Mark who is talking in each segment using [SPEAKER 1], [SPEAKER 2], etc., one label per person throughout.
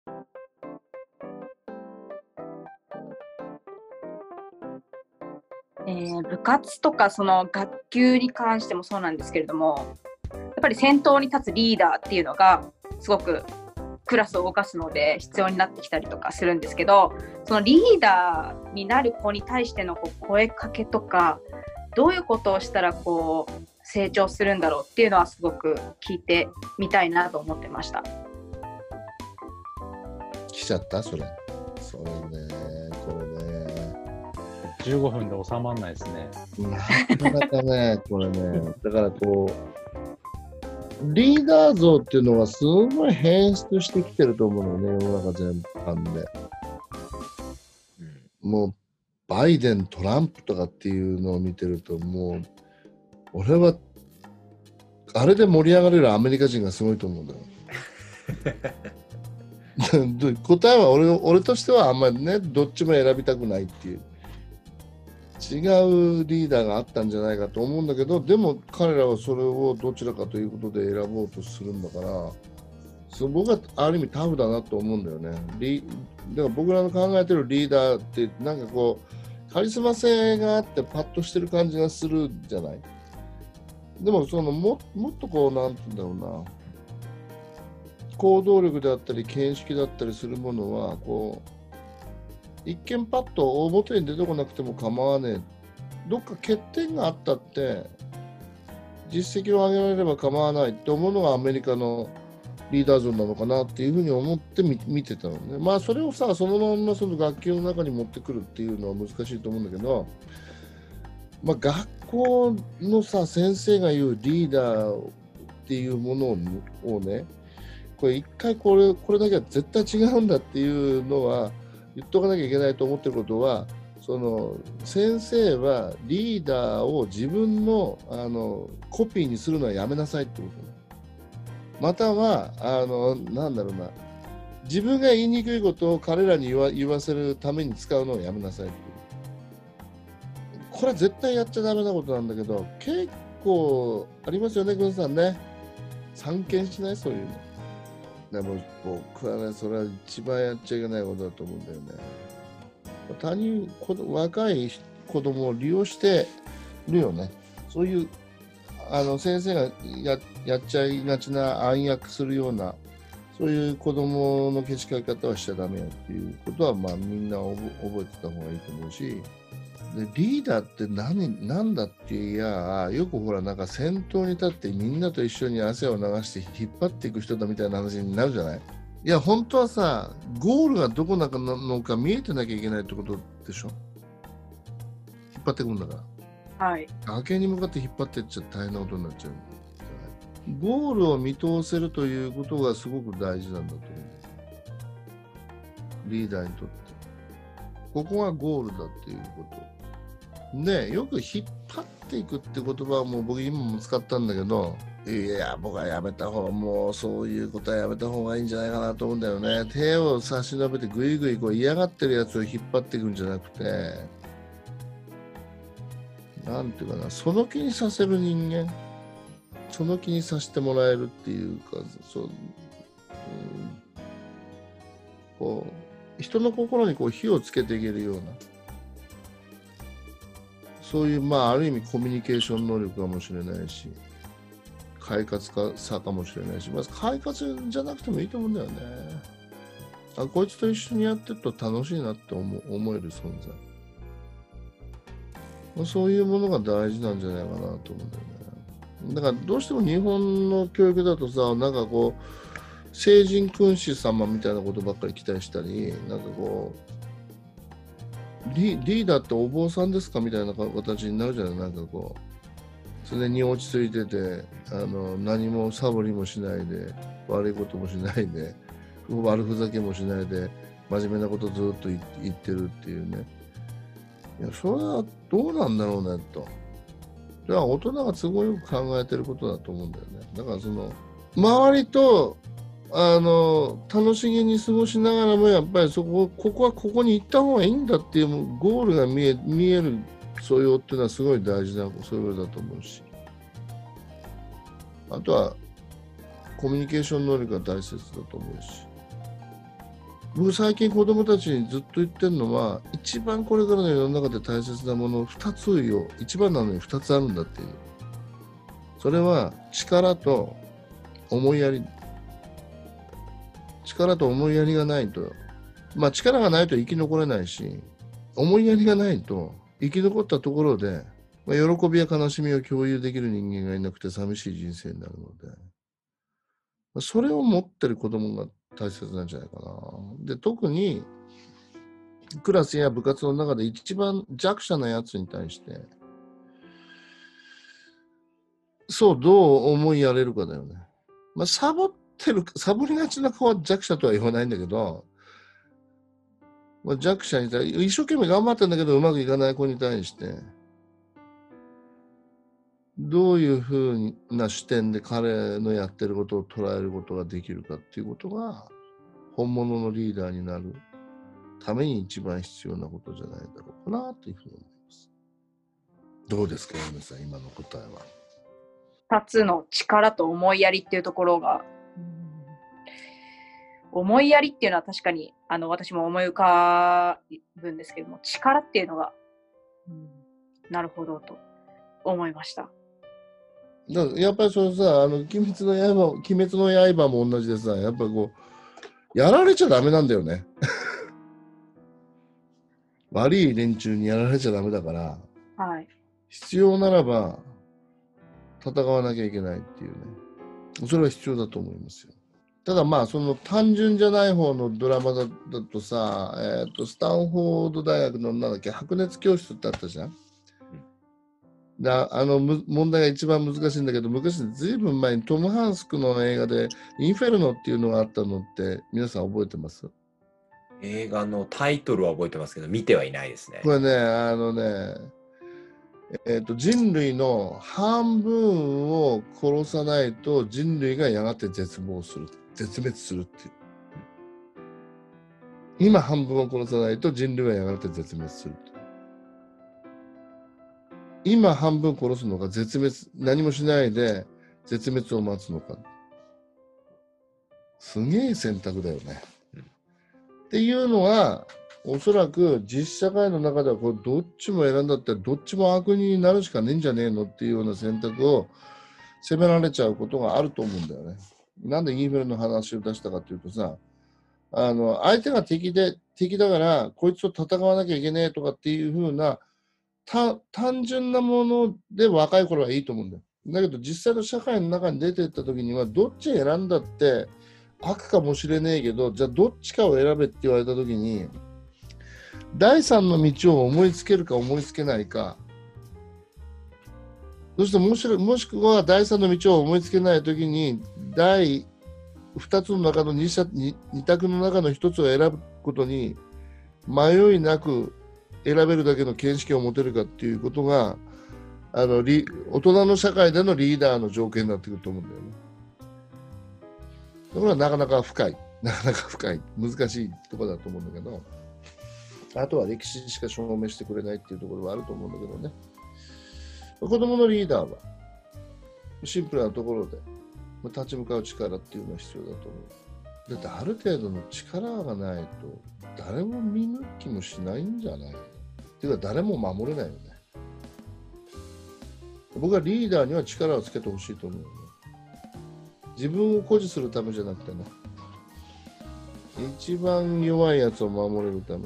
[SPEAKER 1] 部活とかその学級に関してもそうなんですけれども、やっぱり先頭に立つリーダーっていうのがすごくクラスを動かすので必要になってきたりとかするんですけど、そのリーダーになる子に対しての声かけとか、どういうことをしたら成長するんだろうっていうのはすごく聞いてみたいなと思ってました。
[SPEAKER 2] 来ちゃったそれね、これね。
[SPEAKER 3] 15分で収まらないですね。
[SPEAKER 2] なかなかね、これね、だからリーダー像っていうのはすごい変質してきてると思うのね、世の中全般で。もう、バイデン、トランプとかっていうのを見てると、もう、俺は、あれで盛り上がれるアメリカ人がすごいと思うんだよ。答えは俺としてはあんまりね、どっちも選びたくないっていう。違うリーダーがあったんじゃないかと思うんだけど、でも彼らはそれをどちらかということで選ぼうとするんだから、僕はある意味タフだなと思うんだよね。だから僕らの考えてるリーダーってなんかカリスマ性があってパッとしてる感じがするじゃない。でももっとなんて言うんだろうな、行動力であったり見識だったりするものは一見パッと表に出てこなくても構わねえ、どっか欠点があったって実績を上げられれば構わないって思うのがアメリカのリーダー像なのかなっていうふうに思って見てたのね。まあそれをそのままその学級の中に持ってくるっていうのは難しいと思うんだけど、まあ、学校の先生が言うリーダーっていうものをね、これ一回これだけは絶対違うんだっていうのは言っとかなきゃいけないと思ってることは、先生はリーダーを自分のコピーにするのはやめなさいってことね。またはなんだろうな、自分が言いにくいことを彼らに言わせるために使うのをやめなさいっていう。これは絶対やっちゃダメなことなんだけど、結構ありますよね、軍さんね。散見しないそういうの。でも僕はね、それは一番やっちゃいけないことだと思うんだよね。若い子供を利用してるよね。そういう先生がやっちゃいがちな暗躍するような、そういう子供のけしかけ方はしちゃダメよっていうことは、まあみんな覚えてた方がいいと思うし、でリーダーって何だっていや、よくほらなんか先頭に立ってみんなと一緒に汗を流して引っ張っていく人だみたいな話になるじゃない。いや本当はさ、ゴールがどこなのか見えてなきゃいけないってことでしょ。引っ張っていくんだから、はい、崖に向かって引っ張っていっちゃ大変なことになっちゃう。ゴールを見通せるということがすごく大事なんだと思う、リーダーにとって。ここがゴールだっていうことで、よく引っ張っていくって言葉はもう僕今も使ったんだけど、いや僕はやめた方が、もうそういうことはやめた方がいいんじゃないかなと思うんだよね。手を差し伸べてぐいぐい嫌がってるやつを引っ張っていくんじゃなくて、なんていうかな、その気にさせる人間、その気にさせてもらえるっていうか、人の心に火をつけていけるような、そういう、ある意味コミュニケーション能力かもしれないし、快活さかもしれないし、快活じゃなくてもいいと思うんだよね。こいつと一緒にやってると楽しいなって思える存在、そういうものが大事なんじゃないかなと思うんだよね。だからどうしても日本の教育だとさ、なんか聖人君子様みたいなことばっかり期待したり、なんかリーダーってお坊さんですかみたいな形になるじゃない。なんか常に落ち着いてて、何もサボりもしないで、悪いこともしないで、悪ふざけもしないで、真面目なことずっと言ってるっていうね。いや、それはどうなんだろうねと。それは大人が都合よく考えてることだと思うんだよね。だから周りと楽しげに過ごしながらも、やっぱりここはここに行った方がいいんだっていうゴールが見える素養っていうのはすごい大事な素養だと思うし、あとはコミュニケーション能力が大切だと思うし、 僕最近子供たちにずっと言ってるのは、一番これからの世の中で大切なもの2つよ、一番なのに2つあるんだっていう。それは力と思いやり。力と思いやりがないと、まあ力がないと生き残れないし、思いやりがないと生き残ったところで、まあ、喜びや悲しみを共有できる人間がいなくて寂しい人生になるので、まあ、それを持ってる子供が大切なんじゃないかな。で、特にクラスや部活の中で一番弱者なやつに対して、そう、どう思いやれるかだよね。まあ、サボりがちな子は弱者とは言わないんだけど、まあ、弱者に対して、一生懸命頑張ってんだけどうまくいかない子に対して、どういうふうな視点で彼のやってることを捉えることができるかっていうことが、本物のリーダーになるために一番必要なことじゃないだろうかなというふうに思います。どうですか、皆さん、今の答えは。
[SPEAKER 1] 2つの力と思いやりっていうところが、思いやりっていうのは確かに私も思い浮かぶんですけども、力っていうのが、なるほどと思いました。
[SPEAKER 2] だからやっぱりそれさ、鬼滅の刃も同じでさ、やっぱりこう、やられちゃダメなんだよね。悪い連中にやられちゃダメだから、
[SPEAKER 1] はい、
[SPEAKER 2] 必要ならば戦わなきゃいけないっていうね。それは必要だと思いますよ。ただまあ、その単純じゃない方のドラマだとさ、スタンフォード大学のなんだっけ、白熱教室ってあったじゃん。問題が一番難しいんだけど、昔ずいぶん前にトム・ハンスクの映画でインフェルノっていうのがあったのって皆さん覚えてます？
[SPEAKER 4] 映画のタイトルは覚えてますけど見てはいないですね。
[SPEAKER 2] これね、人類の半分を殺さないと人類がやがて絶滅するっていう。今半分を殺さないと人類はやがて絶滅するっていう。今半分殺すのか何もしないで絶滅を待つのか。すげえ選択だよね。っていうのは、おそらく実社会の中ではこれどっちも選んだってどっちも悪人になるしかねえんじゃねえのっていうような選択を責められちゃうことがあると思うんだよね。なんでインフレの話を出したかというとさ、相手が敵だからこいつと戦わなきゃいけねえとかっていう風な単純なもので若い頃はいいと思うんだよ。だけど実際の社会の中に出ていった時にはどっち選んだって悪かもしれねえけど、じゃあどっちかを選べって言われた時に第三の道を思いつけるか思いつけないか、そしてもしくは第三の道を思いつけない時に第2つの中の 2択の中の1つを選ぶことに迷いなく選べるだけの見識を持てるかっていうことが大人の社会でのリーダーの条件になってくると思うんだよね。だからなかなか深い難しいところだと思うんだけど、あとは歴史しか証明してくれないっていうところはあると思うんだけどね。子供のリーダーはシンプルなところで立ち向かう力っていうのは必要だと思う。だってある程度の力がないと誰も見抜きもしないんじゃないっていうか誰も守れないよね。僕はリーダーには力をつけてほしいと思うよね。自分を誇示するためじゃなくてね、一番弱いやつを守れるために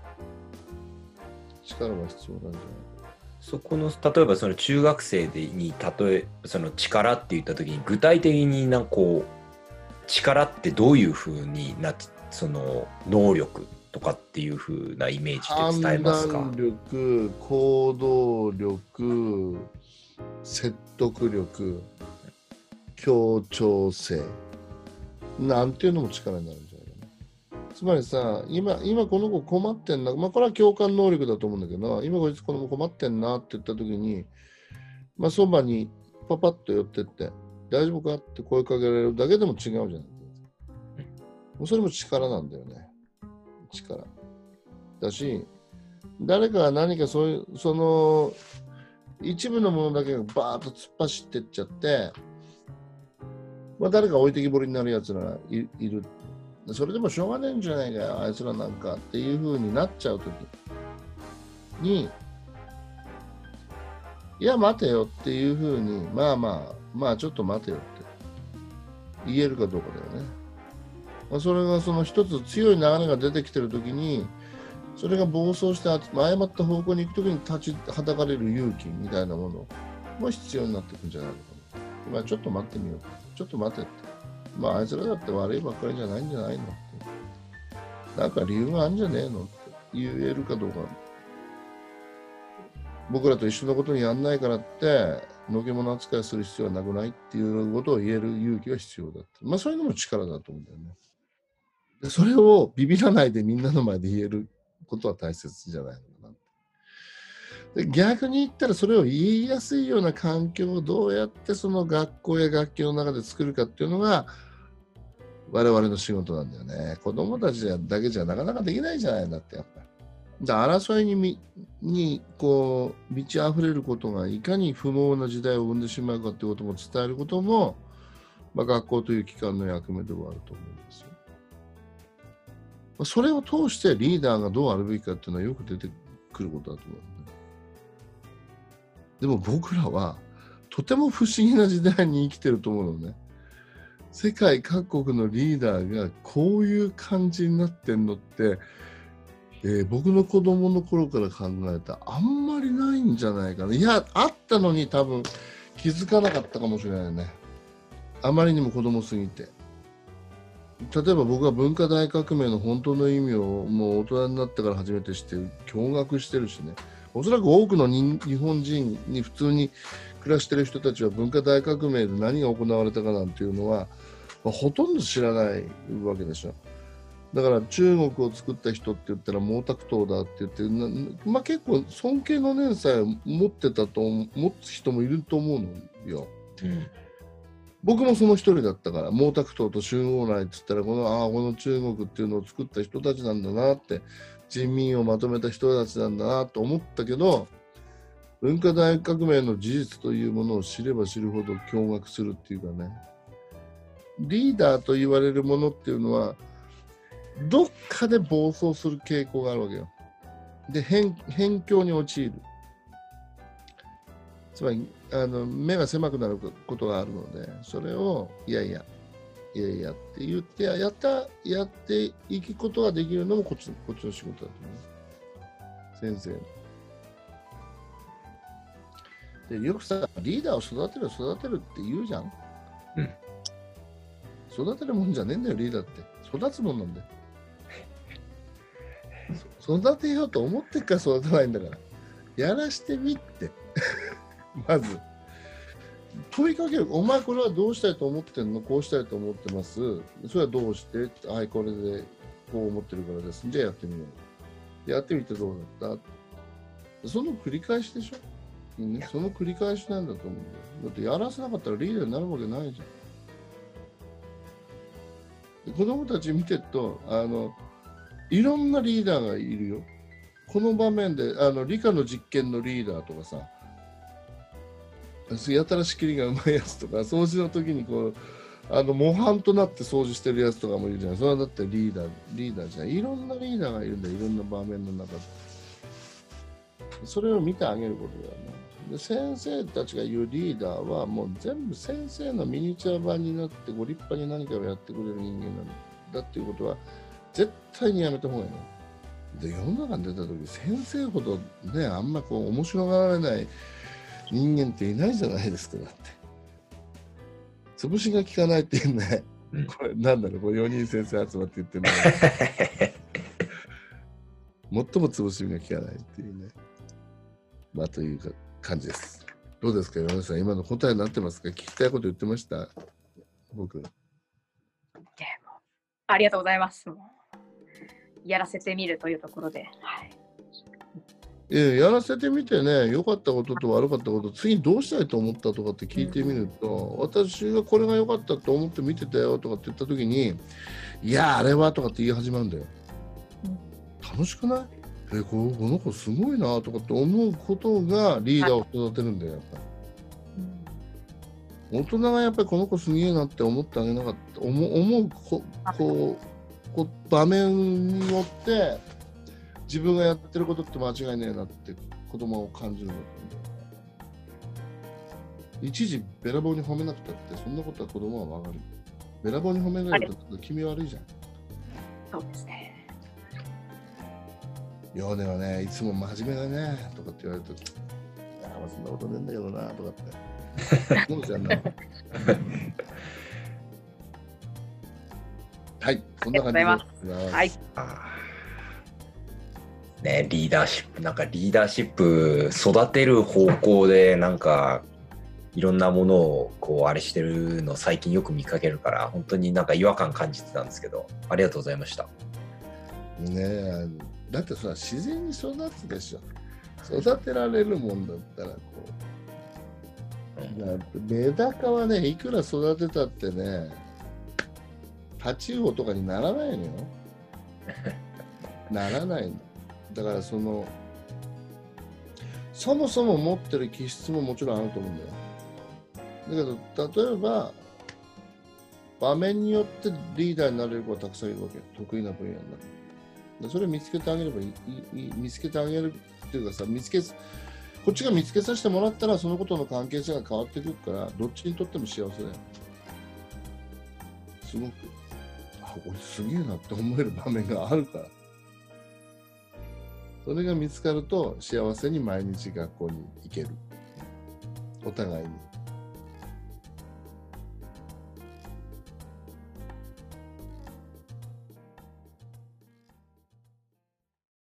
[SPEAKER 2] 力は必要なんじゃないか。
[SPEAKER 4] そこの例えばその中学生にその力って言った時に具体的にこう力ってどういうふうにその能力とかっていうふうなイメージで伝えますか？
[SPEAKER 2] 判断力、行動力、説得力、協調性なんていうのも力になるんじゃないかな。つまりさ、今この子困ってんな、これは共感能力だと思うんだけど、今こいつこの子困ってんなって言った時に、そばにパパッと寄ってって大丈夫かって声かけられるだけでも違うじゃない。それも力なんだよね。力だし、誰かが何かその一部のものだけがバーッと突っ走ってっちゃって、誰か置いてきぼりになるやつらいる。 それでもしょうがないんじゃないかよ、あいつらなんかっていう風になっちゃうときに、いや、待てよっていう風に、まあ、ちょっと待てよって言えるかどうかだよね。それがその一つ強い流れが出てきてるときに、それが暴走して誤った方向に行くときに立ちはだかれる勇気みたいなものも必要になってくるんじゃないのかな。まあ、ちょっと待ってみよう。ちょっと待てって。まあ、あいつらだって悪いばっかりじゃないんじゃないのって。なんか理由があるんじゃねえのって言えるかどうか。僕らと一緒のことにやんないからって、のけ者扱いする必要はなくないっていうことを言える勇気が必要だって。まあ、そういうのも力だと思うんだよね。でそれをビビらないでみんなの前で言えることは大切じゃないのかな。で逆に言ったらそれを言いやすいような環境をどうやってその学校や学級の中で作るかっていうのが我々の仕事なんだよね。子供たちだけじゃなかなかできないじゃないんだってやっぱり。争いにこう満ち溢れることがいかに不毛な時代を生んでしまうかということも伝えることも、まあ、学校という機関の役目ではあると思うんですよ。それを通してリーダーがどうあるべきかっていうのはよく出てくることだと思う、ね。でも僕らはとても不思議な時代に生きてると思うのね。世界各国のリーダーがこういう感じになってんのって、僕の子供の頃から考えたらあんまりないんじゃないかな。いや、あったのに多分気づかなかったかもしれないね。あまりにも子供すぎて。例えば僕は文化大革命の本当の意味をもう大人になってから初めて知って驚愕してるしね。おそらく多くの日本人に普通に暮らしてる人たちは文化大革命で何が行われたかなんていうのは、ほとんど知らないわけでしょ。だから中国を作った人って言ったら毛沢東だって言ってまあ、結構尊敬の念さえ持ってたと持つ人もいると思うのよ、僕もその一人だったから毛沢東と周恩来って言ったらこの中国っていうのを作った人たちなんだなって人民をまとめた人たちなんだなと思ったけど文化大革命の事実というものを知れば知るほど驚愕するっていうかねリーダーと言われるものっていうのはどっかで暴走する傾向があるわけよ。で、辺境に陥る。つまり目が狭くなることがあるので、それをいやいやって言ってやっていくことができるのもこっちの仕事だと思う。先生。でよくさ、リーダーを育てるって言うじゃん。育てるもんじゃねえんだよ、リーダーって。育つもんなんだよ。育てようと思ってっから育てないんだからやらしてみってまず問いかける。お前これはどうしたいと思ってんの？こうしたいと思ってます。それはどうして？はい、これでこう思ってるからです。じゃあやってみよう。やってみてどうだった？その繰り返しでしょ、ね、その繰り返しなんだと思うんだよ。だってやらせなかったらリーダーになるわけないじゃん。子供たち見てるといろんなリーダーがいるよ。この場面で理科の実験のリーダーとかさ、やたら仕切りがうまいやつとか、掃除の時にこう模範となって掃除してるやつとかもいるじゃん。それはだってリーダーじゃん。いろんなリーダーがいるんだよ。いろんな場面の中で。それを見てあげることだよね。で先生たちが言うリーダーはもう全部先生のミニチュア版になってご立派に何かをやってくれる人間なんだっていうことは絶対にやめた方がいいね。で世の中に出た時先生ほどねあんまこう面白がられない人間っていないじゃないですか。だって潰しが効かないっていうね、これなんだろう、これ4人先生集まって言ってるの最も潰しが効かないっていうね、まあというか感じです。どうですか、山田さん、今の答えになってますか？聞きたいこと言ってました？僕
[SPEAKER 1] ありがとうございます。やらせてみるというところで、はい、
[SPEAKER 2] やらせてみてね、良かったことと悪かったこと、次どうしたいと思ったとかって聞いてみると、私がこれが良かったと思って見てたよとかって言った時に、いやあれはとかって言い始まるんだよ。楽しくない？この子すごいなとかって思うことがリーダーを育てるんだよ、やっぱり。大人がやっぱりこの子すげえなって思ってあげなかった、思う子場面によって自分がやってることって間違いねえなって子供を感じるんだと思う。一時べらぼうに褒めなくたってそんなことは子供は分かる。べらぼうに褒められると君悪いじゃん。
[SPEAKER 1] そうですね。
[SPEAKER 2] ヨネはね、いつも真面目だねとかって言われると、そんなことねえんだけどなとかって。そうじゃない。はい、そんな感じで。
[SPEAKER 1] はい。
[SPEAKER 4] ね、リーダーシップ、なんかリーダーシップ育てる方向でなんかいろんなものをこうあれしてるの最近よく見かけるから本当になんか違和感感じてたんですけど、ありがとうございました。
[SPEAKER 2] ねえ、だってさ、自然に育つでしょ。育てられるもんだったらこう。だってメダカはね、いくら育てたってね、タチウオとかにならないのよ。ならないの。だからそもそも持ってる気質ももちろんあると思うんだよ。だけど例えば場面によってリーダーになれる子はたくさんいるわけよ。得意な分野になる。それを見つけてあげればいい。見つけてあげるっていうかさ、こっちが見つけさせてもらったらそのことの関係性が変わってくるから、どっちにとっても幸せだよ。すごく俺すげえなって思える場面があるから。それが見つかると幸せに毎日学校に行ける。お互いに。